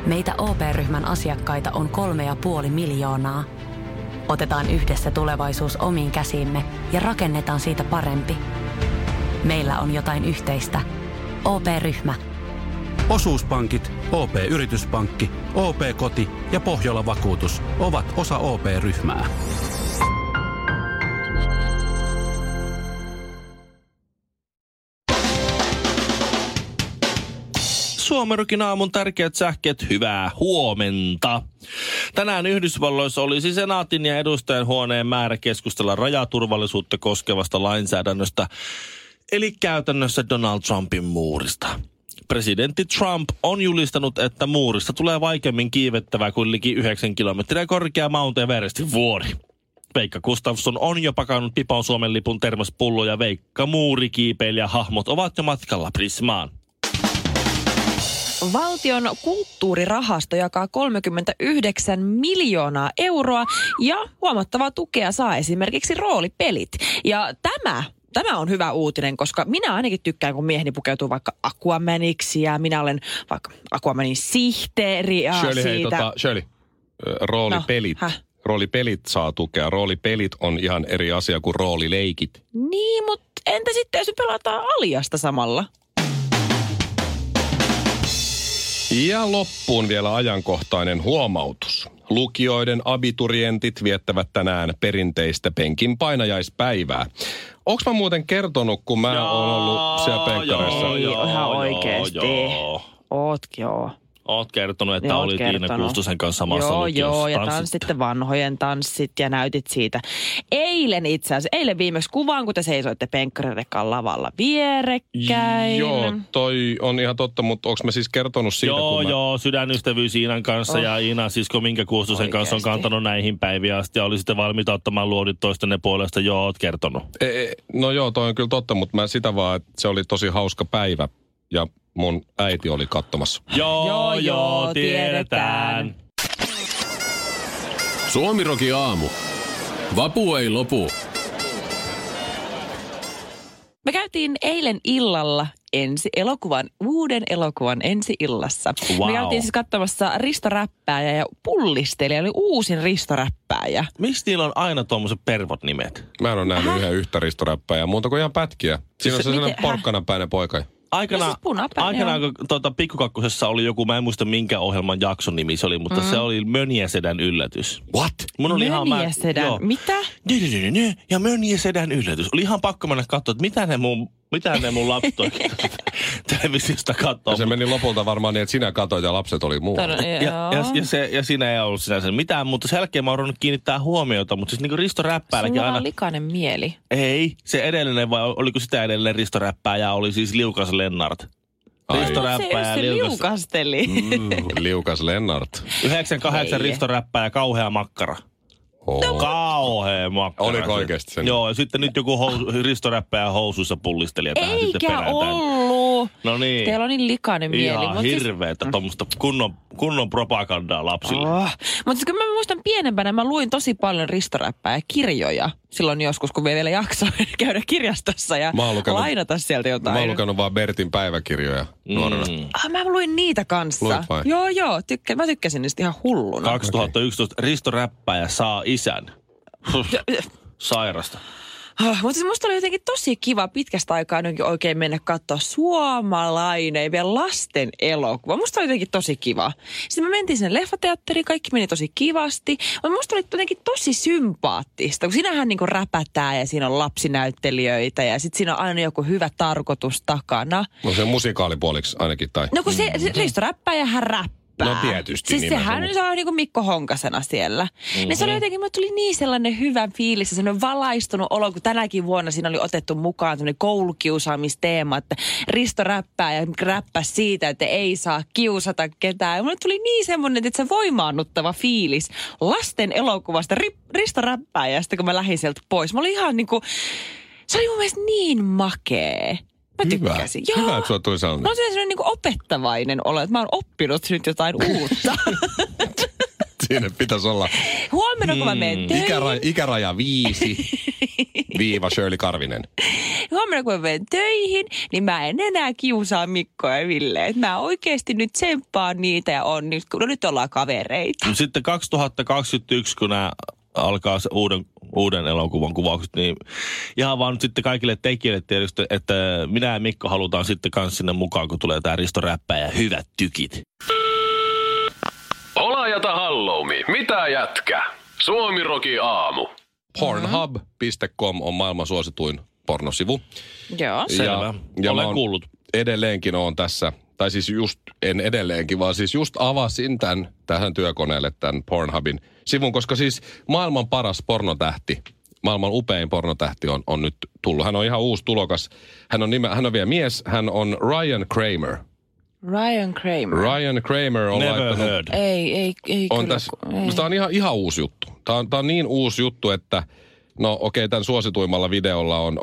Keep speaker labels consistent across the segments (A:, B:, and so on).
A: Meitä OP-ryhmän asiakkaita on 3,5 miljoonaa. Otetaan yhdessä tulevaisuus omiin käsiimme ja rakennetaan siitä parempi. Meillä on jotain yhteistä. OP-ryhmä.
B: Osuuspankit, OP-yrityspankki, OP-koti ja Pohjola-vakuutus ovat osa OP-ryhmää.
C: Suomerokin aamun tärkeät sähkeet, hyvää huomenta. Tänään Yhdysvalloissa olisi senaatin ja edustajanhuoneen määrä keskustella rajaturvallisuutta koskevasta lainsäädännöstä, eli käytännössä Donald Trumpin muurista. Presidentti Trump on julistanut, että muurista tulee vaikeammin kiivettävää kuin liki 9 kilometriä korkea Mount Everestin vuori. Veikka Gustafsson on jo pakannut pipoon Suomen lipun termospullo ja Veikka muurikiipeilijähahmot ovat jo matkalla Prismaan.
D: Valtion kulttuurirahasto jakaa 39 miljoonaa euroa ja huomattavaa tukea saa esimerkiksi roolipelit. Ja Tämä on hyvä uutinen, koska minä ainakin tykkään, kun mieheni pukeutuu vaikka Aquamaniksi ja minä olen vaikka Aquamanin sihteeri ja
E: Shirley, roolipelit. No, roolipelit saa tukea. Roolipelit on ihan eri asia kuin roolileikit.
D: Niin, mutta entä sitten, jos pelataan Aliasta samalla?
E: Ja loppuun vielä ajankohtainen huomautus. Lukioiden abiturientit viettävät tänään perinteistä penkin painajaispäivää. Onks mä muuten kertonut, kun mä oon ollut siellä penkkareissa?
D: Joo, ihan oikeesti. Ootkin, joo.
C: Oot kertonut, että olit Tiina Kuustosen kanssa samassa lukiossa.
D: Joo, ja tanssitte vanhojen tanssit ja näytit siitä. Eilen viimeksi kuvaan, kun te seisoitte penkkarerekan lavalla vierekkäin.
E: Joo, toi on ihan totta, mutta onko mä siis kertonut siitä,
C: Joo, sydänystävyys Iinan kanssa ja Iina sisko Minkä Kuustosen kanssa on kantanut näihin päiviin asti ja oli sitten valmiita ottamaan luodit toistenne puolesta. Joo, oot kertonut.
E: No joo, toi on kyllä totta, mutta mä sitä vaan, että se oli tosi hauska päivä ja mun äiti oli katsomassa.
C: Joo, tiedetään.
F: Suomirokin aamu. Vapu ei lopu.
D: Me käytiin eilen illalla uuden elokuvan ensi-illassa.
C: Wow.
D: Me käytiin siis katsomassa Risto Räppääjä ja Pullistelija, oli uusin Risto Räppääjä.
C: Miksi niillä on aina tuommoiset pervot nimet?
E: Mä en ole nähnyt yhden yhtä Risto Räppääjää, muuta kuin ihan pätkiä. Siinä on sellainen porkkanapäinen poika.
C: Aikanaan kun Pikkukakkosessa oli joku, mä en muista minkä ohjelman jakson nimi se oli, mutta se oli Mönjäsedän yllätys.
E: What?
D: Mönjäsedän? Mitä?
C: Ja Mönjäsedän yllätys. Oli ihan pakko mennä katsoa, että mitä ne mun lapset televisiosta katsoo.
E: Se meni lopulta varmaan niin, että sinä katsoit ja lapset oli muu.
C: Ja siinä ei ollut sinänsä mitään, mutta sen jälkeen mä oon ruvennut kiinnittää huomiota, mutta siis niin kuin Risto Räppääjälläkin
D: aina...
C: Sulla
D: on likainen mieli.
C: Ei, se edellinen vai oliko sitä edellinen Risto Räppääjä oli siis Liukas Lennart. Risto Räppääjä
D: se liukasteli.
E: Liukas Lennart.
C: 98 Risto Räppääjä, kauhea makkara.
E: Oh.
C: Kauhea makkara.
E: Oliko oikeasti sen?
C: Joo, ja sitten nyt joku Risto Räppääjä housuissa pullistelija tähän sitten
D: perään. Eikä ollut.
C: No niin.
D: Teillä on niin likainen mieli.
C: Ihan hirveetä tuommoista kunnon propagandaa lapsille.
D: Mutta siis kun mä muistan pienempänä, mä luin tosi paljon Risto Räppääjä kirjoja. Silloin joskus, kun vielä jaksoin käydä kirjastossa ja lainata sieltä jotain.
E: Mä oon lukenut vaan Bertin päiväkirjoja nuorena.
D: Mä luin niitä kanssa.
E: Luit vai?
D: Joo. Mä tykkäsin niistä ihan hulluna.
C: 2011 Risto Räppääjä saa isän. Sairasta.
D: Mutta siis musta oli jotenkin tosi kiva pitkästä aikaa oikein mennä katsoa suomalainen vielä lasten elokuva. Musta oli jotenkin tosi kiva. Sitten me mentiin sinne leffateatteriin, kaikki meni tosi kivasti. Mutta musta oli jotenkin tosi sympaattista, kun siinähän niinku räpätään ja siinä on lapsinäyttelijöitä ja sitten siinä on aina joku hyvä tarkoitus takana.
E: No se musikaalipuoliksi ainakin tai?
D: No kun se Risto Räppääjähän räppää.
E: No tietysti.
D: Siis sehän on niin kuin Mikko Honkasena siellä. Niin se oli jotenkin, mulle tuli niin sellainen hyvä fiilis ja sellainen valaistunut olo, kun tänäkin vuonna siinä oli otettu mukaan sellainen koulukiusaamisteema, että Risto räppää ja räppäsi siitä, että ei saa kiusata ketään. Ja mulle tuli niin semmoinen, että se voimaannuttava fiilis lasten elokuvasta Risto Räppääjästä, kun mä lähdin sieltä pois. Mä olin ihan niin kuin, se oli mun mielestä niin makee. Mä tykkäsin.
E: Hyvä, hyvä että sulla tuli sellainen.
D: Mä oon sellainen niin kuin opettavainen olo, että mä oon oppinut nyt jotain uutta.
E: Siinä pitäisi olla.
D: Huomenna kun mä menen töihin.
E: Ikäraja 5 Shirley Karvinen.
D: huomenna kun mä menen töihin, niin mä en enää kiusaa Mikkoa ja Ville. Et mä oikeasti nyt tsemppaan niitä ja nyt ollaan kavereita.
C: Sitten 2021, kun nämä alkaa se uuden elokuvan kuvaukset, niin ihan vaan nyt sitten kaikille tekijöille tietysti, että minä ja Mikko halutaan sitten kans sinne mukaan, kun tulee tää Risto Räppää ja hyvät tykit.
F: Olajata halloumi, mitä jätkä? Suomirokin aamu.
E: Pornhub.com on maailman suosituin pornosivu.
D: Joo.
C: Selvä.
E: Ja
C: olen kuullut.
E: Edelleenkin on tässä, tai siis en edelleenkin, vaan siis just avasin tähän työkoneelle tämän Pornhubin sivun, koska siis maailman paras pornotähti, maailman upein pornotähti on nyt tullut. Hän on ihan uusi tulokas. Hän on vielä mies, hän on Ryan Kramer. Ryan Kramer on
C: Never
E: laittanut...
C: heard.
D: Ei
E: On
D: kyllä.
E: tässä, tämä on ihan uusi juttu. Tämä on niin uusi juttu, että no okei, tämän suosituimmalla videolla on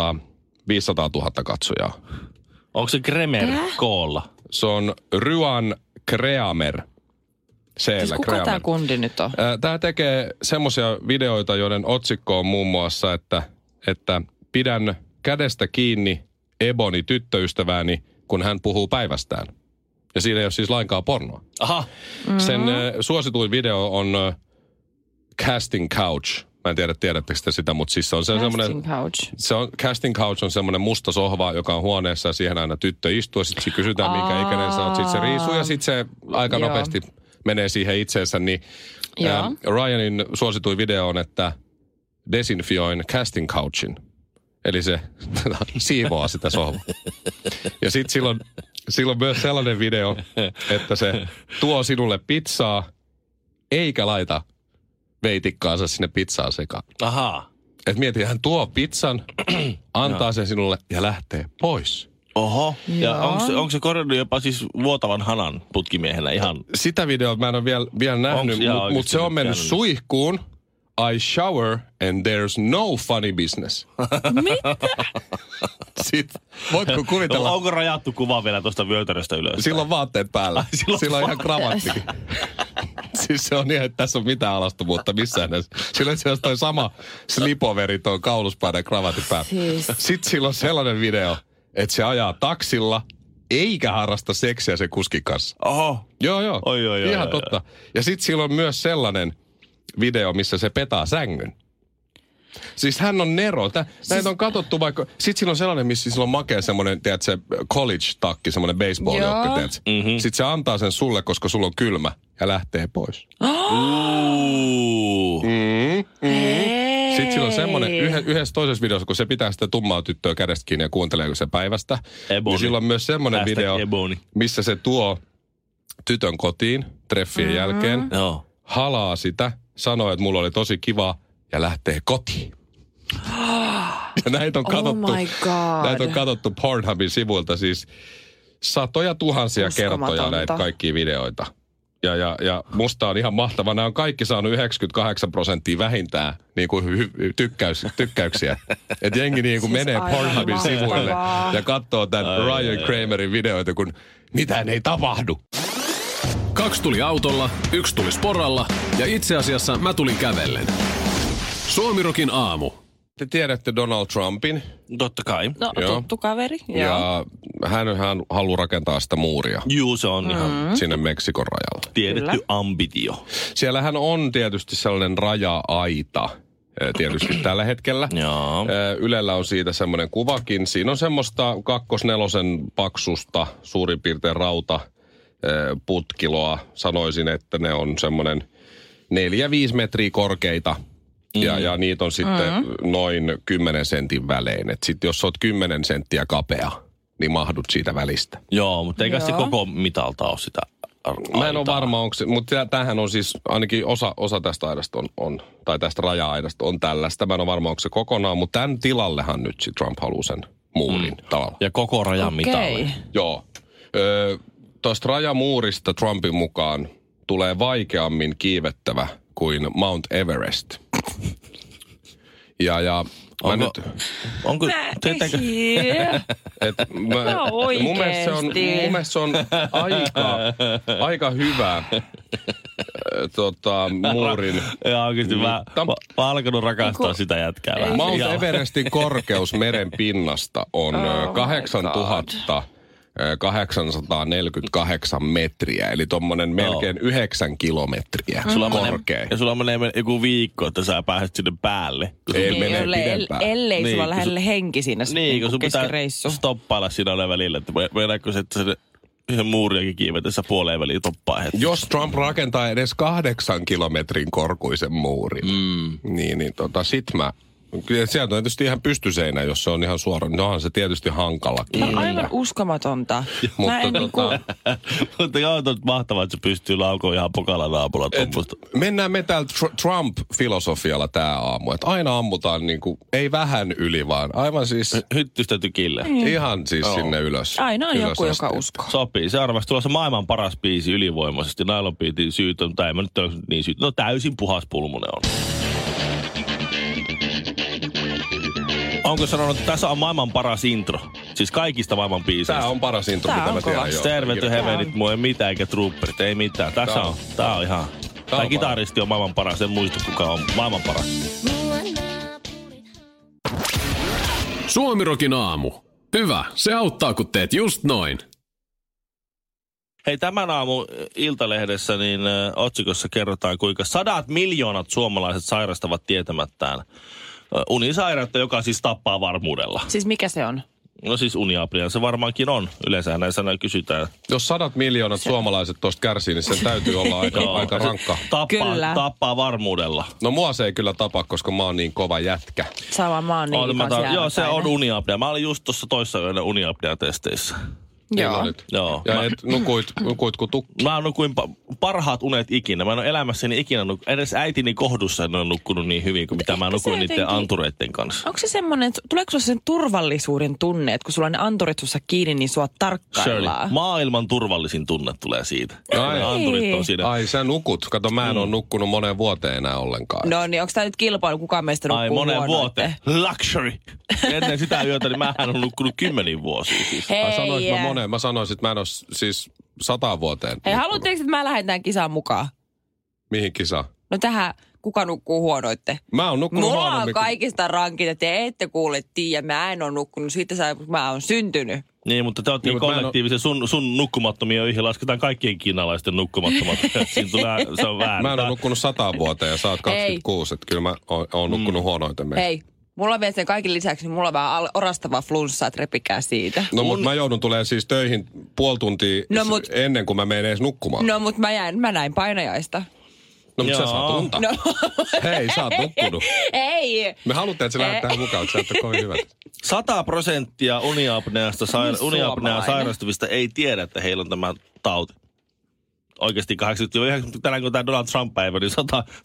E: 500 000 katsojaa.
C: Onko se Kremer koolla?
E: Se on Ryan Kramer.
D: Siis kuka tämä kundi nyt on?
E: Tämä tekee semmoisia videoita, joiden otsikko on muun muassa, että pidän kädestä kiinni Eboni tyttöystävääni, kun hän puhuu päivästään. Ja siinä ei ole siis lainkaan pornoa.
C: Aha.
E: Sen suosituin video on Casting Couch. Mä en tiedä, tiedättekö te sitä, mutta siis se on semmoinen... Casting Couch on semmoinen musta sohva, joka on huoneessa ja siihen aina tyttö istuu. Sitten se kysytään, minkä ikäinen sä oot. Sitten se riisuu ja sitten se aika nopeasti menee siihen itseensä. Niin Ryanin suosituin video on, että desinfioin Casting Couchin. Eli se siivoaa sitä sohvaa. Ja sitten silloin myös sellainen video, että se tuo sinulle pizzaa, eikä laita veitikkaansa sinne pizzaan sekaan.
C: Ahaa.
E: Et mieti, hän tuo pizzan, antaa sen sinulle ja lähtee pois.
C: Oho. Ja onko se korjannut jopa siis vuotavan hanan putkimiehenä ihan?
E: Sitä videota mä en ole vielä nähnyt, mutta se on mennyt suihkuun. I shower and there's no funny business.
D: Mitä?
E: Sitten, voitko kuvitella?
C: Onko rajattu kuva vielä tuosta vyötäröstä ylös?
E: Silloin vaatteet päällä. Silloin ihan kravattikin. Siis se on ihan, että tässä on mitään alastomuutta missään. Silloin se on toi sama slipoveri tuon kauluspäädän ja kravatin päällä.
D: Siis.
E: Sitten silloin sellainen video, että se ajaa taksilla eikä harrasta seksiä sen kuskin kanssa.
C: Oho.
E: Joo.
C: Oi,
E: ihan totta. Ja sitten silloin myös sellainen video, missä se petaa sängyn. Siis hän on nero. Näitä on katsottu vaikka... Sitten sillä on sellainen, missä sillä on makea semmoinen, tiedät se college-takki, semmoinen baseball-jokki, tiedät. Sitten se antaa sen sulle, koska sulla on kylmä ja lähtee pois. Sitten sillä on semmoinen, yhdessä toisessa videossa, kun se pitää sitä tummaa tyttöä kädestä kiinni ja kuuntelee se päivästä. Niin sillä on myös semmoinen video, missä se tuo tytön kotiin treffien jälkeen.
C: Joo.
E: Halaa sitä, sanoo, että mulla oli tosi kiva ja lähtee kotiin. Ja näitä on katsottu Pornhubin sivuilta siis satoja tuhansia kertoja näitä kaikkia videoita. Ja musta on ihan mahtavaa. Nämä on kaikki saanut 98% vähintään niin kuin tykkäyksiä. Että jengi niin kuin menee Pornhubin sivuille ja katsoo tämän Ryan Kramerin videoita, kun mitään ei tapahdu.
F: 2 tuli autolla, 1 tuli sporalla ja itse asiassa mä tulin kävellen. Suomirokin aamu.
E: Te tiedätte Donald Trumpin.
C: Totta kai.
D: No, tuttu kaveri.
E: Ja hän haluaa rakentaa sitä muuria.
C: Juu, se on ihan
E: sinne Meksikon rajalla.
C: tiedetty ambitio.
E: Siellähän on tietysti sellainen raja-aita. Tietysti tällä hetkellä.
C: Joo.
E: Ylellä on siitä semmoinen kuvakin. Siinä on semmoista 2/4 paksusta suurin piirtein rautaputkiloa. Sanoisin, että ne on semmoinen 4-5 metriä korkeita. Ja niitä on sitten noin 10 sentin välein. Että sitten jos oot 10 senttiä kapea, niin mahdut siitä välistä.
C: Joo, mutta eikä se koko mitalta ole sitä aitaa.
E: Mä en ole varma, onko se, mutta tämähän on siis ainakin osa tästä aidasta on tai tästä raja-aidasta on tällaista. Mä en ole varma, onko se kokonaan, mutta tämän tilallehan nyt Trump haluaa sen muurin tavalla.
C: Ja koko rajan mitalle.
E: Joo. Tuosta rajamuurista Trumpin mukaan tulee vaikeammin kiivettävä kuin Mount Everest. Ja
C: Onko
E: mun mielestä se on aika hyvä muurin.
C: Ja oikeasti mä oon alkanut rakastaa sitä jätkää.
E: Mount Everestin korkeus meren pinnasta on 8,848 metriä, eli tommonen melkein 9 kilometriä korkea.
C: Ja sulla menee joku viikko, että sä pääset sinne päälle.
E: Ei mene pidempään.
D: Ellei sulla lähelle henki siinä
C: niin, kun sun pitää stoppailla siinä ole välillä, että meneekö se, että sen muuriakin kiivetessä puoleen väliin toppaa heti.
E: Jos Trump rakentaa edes 8 kilometrin korkuisen muurin, niin sit mä... Sieltä on tietysti ihan pystyseinä, jos se on ihan suora. No onhan se tietysti hankalakin.
D: No aivan uskomatonta.
C: Mutta joo, on mahtavaa, että se pystyy laukoon ihan pokalla naapulla tuommoista.
E: Mennään me täällä Trump-filosofialla tää aamu. Että aina ammutaan niinku, ei vähän yli, vaan aivan siis...
C: Hyttystä tykille.
E: Ihan siis sinne ylös.
D: Aina on joku, joka uskoo.
C: Sopii. Seuraavaksi tulossa maailman paras biisi ylivoimaisesti. Nylon Beatin syytön, mutta ei mä nyt ole niin syytön. No täysin puhas pulmunen on. Onko sanonut, että tässä on maailman paras intro? Siis kaikista maailman biiseistä.
E: Tää on paras intro, mitä mä tiedän.
C: Stairway to Heavenit, mua ei mitään, eikä Trooperit, ei mitään. Tää on ihan... Tää kitaristi on maailman paras, en muista kuka on maailman paras.
F: Suomirokin aamu. Hyvä, se auttaa kun teet just noin.
C: Hei, tämän aamun Iltalehdessä niin otsikossa kerrotaan, kuinka 100 miljoonat suomalaiset sairastavat tietämättään unisairautta, joka siis tappaa varmuudella.
D: Siis mikä se on?
C: No siis uniapnea, se varmaankin on. Yleensä näissä kysytään.
E: Jos 100 miljoonat suomalaiset tuosta kärsii, niin sen täytyy olla aika rankka.
C: Tappaa varmuudella.
E: No mua se ei kyllä tapa, koska mä oon niin kova jätkä.
D: Sama, mä oon niin
C: joo, se on uniapnea. Mä olin just tuossa toissa yönä uniapnea-testeissä.
D: Joo.
C: Joo.
E: Ja nukuit kun tukki.
C: Mä nukuin parhaat unet ikinä. Mä en ole elämässäni ikinä edes äitini kohdussa en ole nukkunut niin hyvin kuin mitä mä nukuin niiden antureiden kanssa.
D: Onko se semmoinen, tuleeko sulla sen turvallisuuden tunne, että kun sulla on ne anturit sussa kiinni, niin sua tarkkaillaan?
C: Maailman turvallisin tunne tulee siitä. Anturit on siinä.
E: Ai sä nukut. Kato, mä en ole nukkunut moneen vuoteen enää ollenkaan.
D: No niin, onko tää nyt kilpailu? Kukaan meistä nukkuu
C: moneen vuoteen. Luxury. Ennen sitä yötä, niin mähän on nukkunut 10 vuosia siis.
D: Hei.
E: Mä sanoisin, että mä en ole siis 100 vuoteen.
D: Hei, haluatteko, että mä lähden tämän kisaan mukaan?
E: Mihin kisaan?
D: No tähän, kuka nukkuu huonoitte?
E: Mä oon nukkunut
D: huonommin.
E: Mulla on
D: kaikista rankit, te ette kuule tiiä, mä en ole nukkunut. Siitä mä oon syntynyt.
C: Niin, mutta te olette kollektiivisen. Sun nukkumattomia öihin lasketaan kaikkien kiinalaisten nukkumattomat. Siinä tulee, se on väärin.
E: Mä en ole nukkunut 100 vuoteen ja sä oot 26, että kyllä mä oon nukkunut huonoiten meistä.
D: Hei. Mulla on vielä sen kaiken lisäksi, niin mulla on vähän orastava flunssa, että repikää siitä.
E: No mutta mä joudun tulemaan siis töihin puoli tuntia ennen kuin mä menen edes nukkumaan.
D: No mutta mä näin painajaista.
E: No mutta sä saat unta. No. Hei, sä oot nukkunut.
D: Ei.
E: Me haluttiin, että sä lähdet tähän mukaan, että sä et ole kovin hyvät.
C: 100% uniapnea sairastuvista ei tiedä, että heillä on tämä tauti. Oikeasti 80, tänään kun tämä Donald Trump-päivä, niin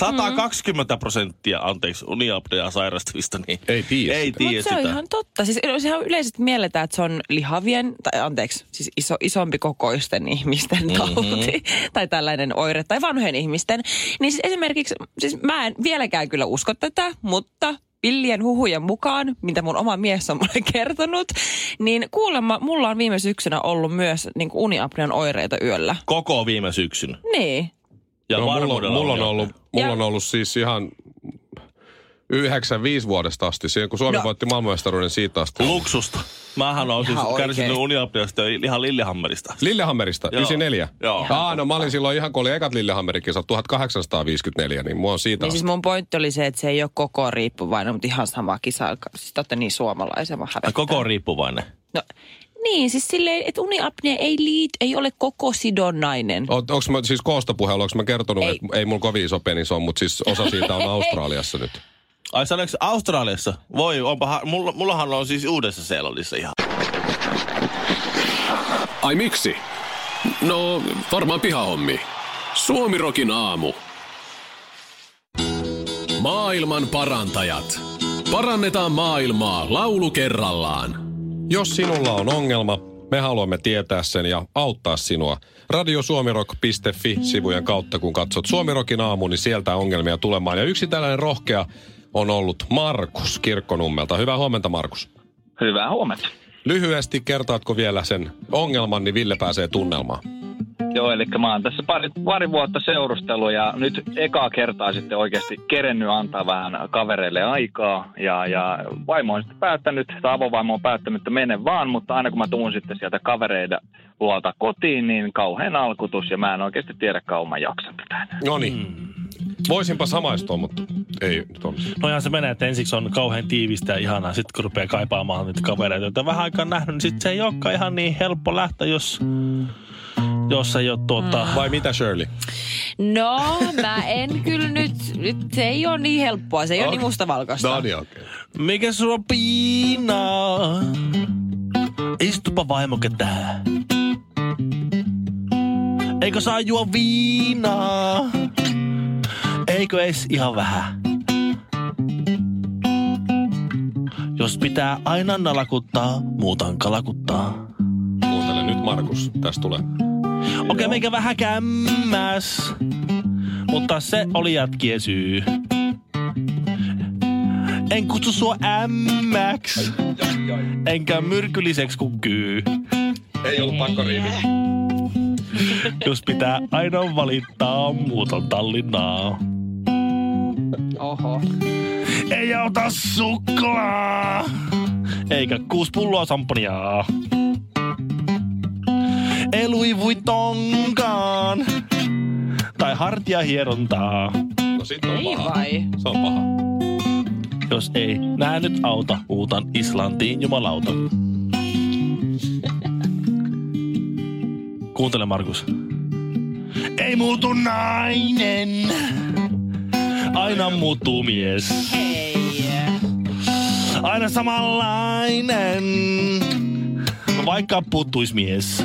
C: 120% uniapneaa sairastuvista, niin ei tiedä sitä.
D: Mutta se on ihan totta. Siis sehän yleisesti mielletään, että se on lihavien, siis isompi kokoisten ihmisten tauti, tai tällainen oire, tai vanhojen ihmisten. Niin siis esimerkiksi, siis mä en vieläkään kyllä usko tätä, mutta villien huhujen mukaan, mitä mun oma mies on mulle kertonut, niin kuulemma mulla on viime syksynä ollut myös niin kuin uniapnean oireita yöllä.
C: Koko viime syksyn?
D: Niin.
C: Ja
E: no, mulla on ollut siis ihan 95 vuodesta asti, siihen kun Suomi voitti maailmanmestaruuden siitä asti.
C: Luksusta. Mähän olen siis kärsinyt uniapneasta ihan Lillehammerista.
E: Lillehammerista? 94?
C: Joo.
E: No mä olin silloin ihan, kun oli ekat Lillehammerikisat 1854, niin mua on siitä
D: niin siis mun pointti oli se, että se ei ole koko riippuvainen, mutta ihan sama kisa. Siis te olette niin suomalaisia, mä hävettää.
C: Koko riippuvainen?
D: No niin, siis silleen, että uniapnea ei ole koko sidonnainen.
E: Onko mä siis koostopuheella, onko mä kertonut, että ei mulla kovin iso penis on, mutta siis osa siitä on Australiassa nyt.
C: Ai sanoiko Australiassa? Voi, mullahan on siis Uudessa-Seelannissa ihan.
F: Ai miksi? No, varmaan pihahommi. Suomirokin aamu. Maailman parantajat. Parannetaan maailmaa laulu kerrallaan.
E: Jos sinulla on ongelma, me haluamme tietää sen ja auttaa sinua. Radiosuomirock.fi-sivujen kautta, kun katsot Suomirokin aamu, niin sieltä ongelmia tulemaan. Ja yksi tällainen rohkea on ollut Markus Kirkkonummelta. Hyvää huomenta, Markus.
G: Hyvää huomenta.
E: Lyhyesti kertaatko vielä sen ongelman, niin Ville pääsee tunnelmaan.
G: Joo, eli mä oon tässä pari vuotta seurustellut ja nyt ekaa kertaa sitten oikeasti kerennyt antaa vähän kavereille aikaa. Ja vaimo on sitten päättänyt, tai avovaimo on päättänyt, että mene vaan, mutta aina kun mä tuun sitten sieltä kavereiden luolta kotiin, niin kauhean alkutus ja mä en oikeasti tiedä kauan mä jaksan tätä.
E: No niin. Voisinpa samaistua, mutta ei nyt ole.
C: No ihan se menee, että ensiksi on kauhean tiivistä ja ihanaa. Sitten kun rupeaa kaipaamaan niitä kavereita, joita vähän aikaa nähnyt, niin sitten se ei olekaan ihan niin helppo lähteä, jos ei ole
E: Vai mitä, Shirley?
D: No, mä en kyllä nyt se ei ole niin helppoa, se ei ole niin mustavalkoista.
E: No niin, okei.
C: Mikä sua piinaa? Istupa vaimo ketään. Eikö saa juo viinaa? Eikö edes ihan vähän? Jos pitää aina nalakuttaa, muutan kalakuttaa.
E: Kuuntele nyt, Markus. Tässä tulee.
C: Okei, meikä vähän kämmäs. Mutta se oli jätkien syy. En kutsu sua ämmäks. Enkä myrkylliseksi kun kyy.
E: Ei ollut pakkoriivi.
C: Jos pitää aina valittaa, muutan Tallinnaa.
D: Oho.
C: Ei auta suklaa, eikä 6 pulloa samponiaa. Ei Louis Vuittonkaan, tai hartiahierontaa.
E: No sit on
D: Ei
E: paha.
D: vai?
E: Se on paha.
C: Jos ei nää nyt auta, muutan Islantiin jumalauta. Kuuntele, Markus. Ei muutu nainen, aina muuttuu mies.
D: Hei.
C: Aina samanlainen, vaikka puuttuis mies.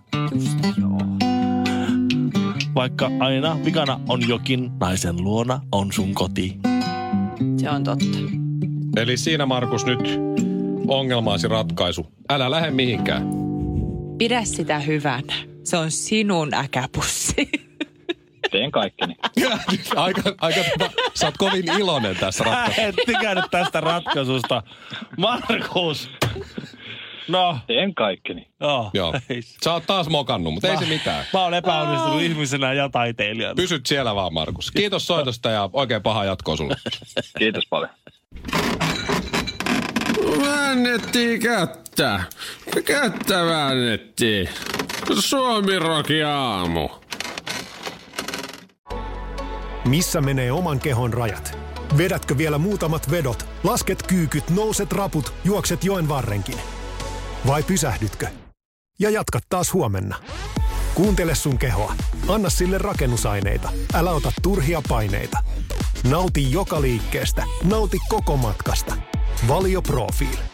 C: Vaikka aina vikana on jokin, naisen luona on sun koti.
D: Se on totta.
E: Eli siinä, Markus, nyt ongelmaasi ratkaisu. Älä lähde mihinkään.
D: Pidä sitä hyvänä. Se on sinun äkäpussi.
G: Teen kaikkeni.
E: aika, sä oot kovin iloinen tässä ratkaisussa.
C: En tykännyt tästä ratkaisusta. Markus! No.
G: Teen kaikkeni.
E: Joo. Sä oot taas mokannut, mutta ei se mitään.
C: Mä oon epäonnistunut ihmisenä ja taiteilijana.
E: Pysyt siellä vaan, Markus. Kiitos soitosta ja oikein pahaa jatkoa sulle.
G: Kiitos paljon.
F: Väännettiin kättä. Kättä väännettiin. Suomi-rokin aamu.
H: Missä menee oman kehon rajat? Vedätkö vielä muutamat vedot, lasket kyykyt, nouset raput, juokset joen varrenkin? Vai pysähdytkö? Ja jatkat taas huomenna. Kuuntele sun kehoa. Anna sille rakennusaineita. Älä ota turhia paineita. Nauti joka liikkeestä. Nauti koko matkasta. Valio Profiil.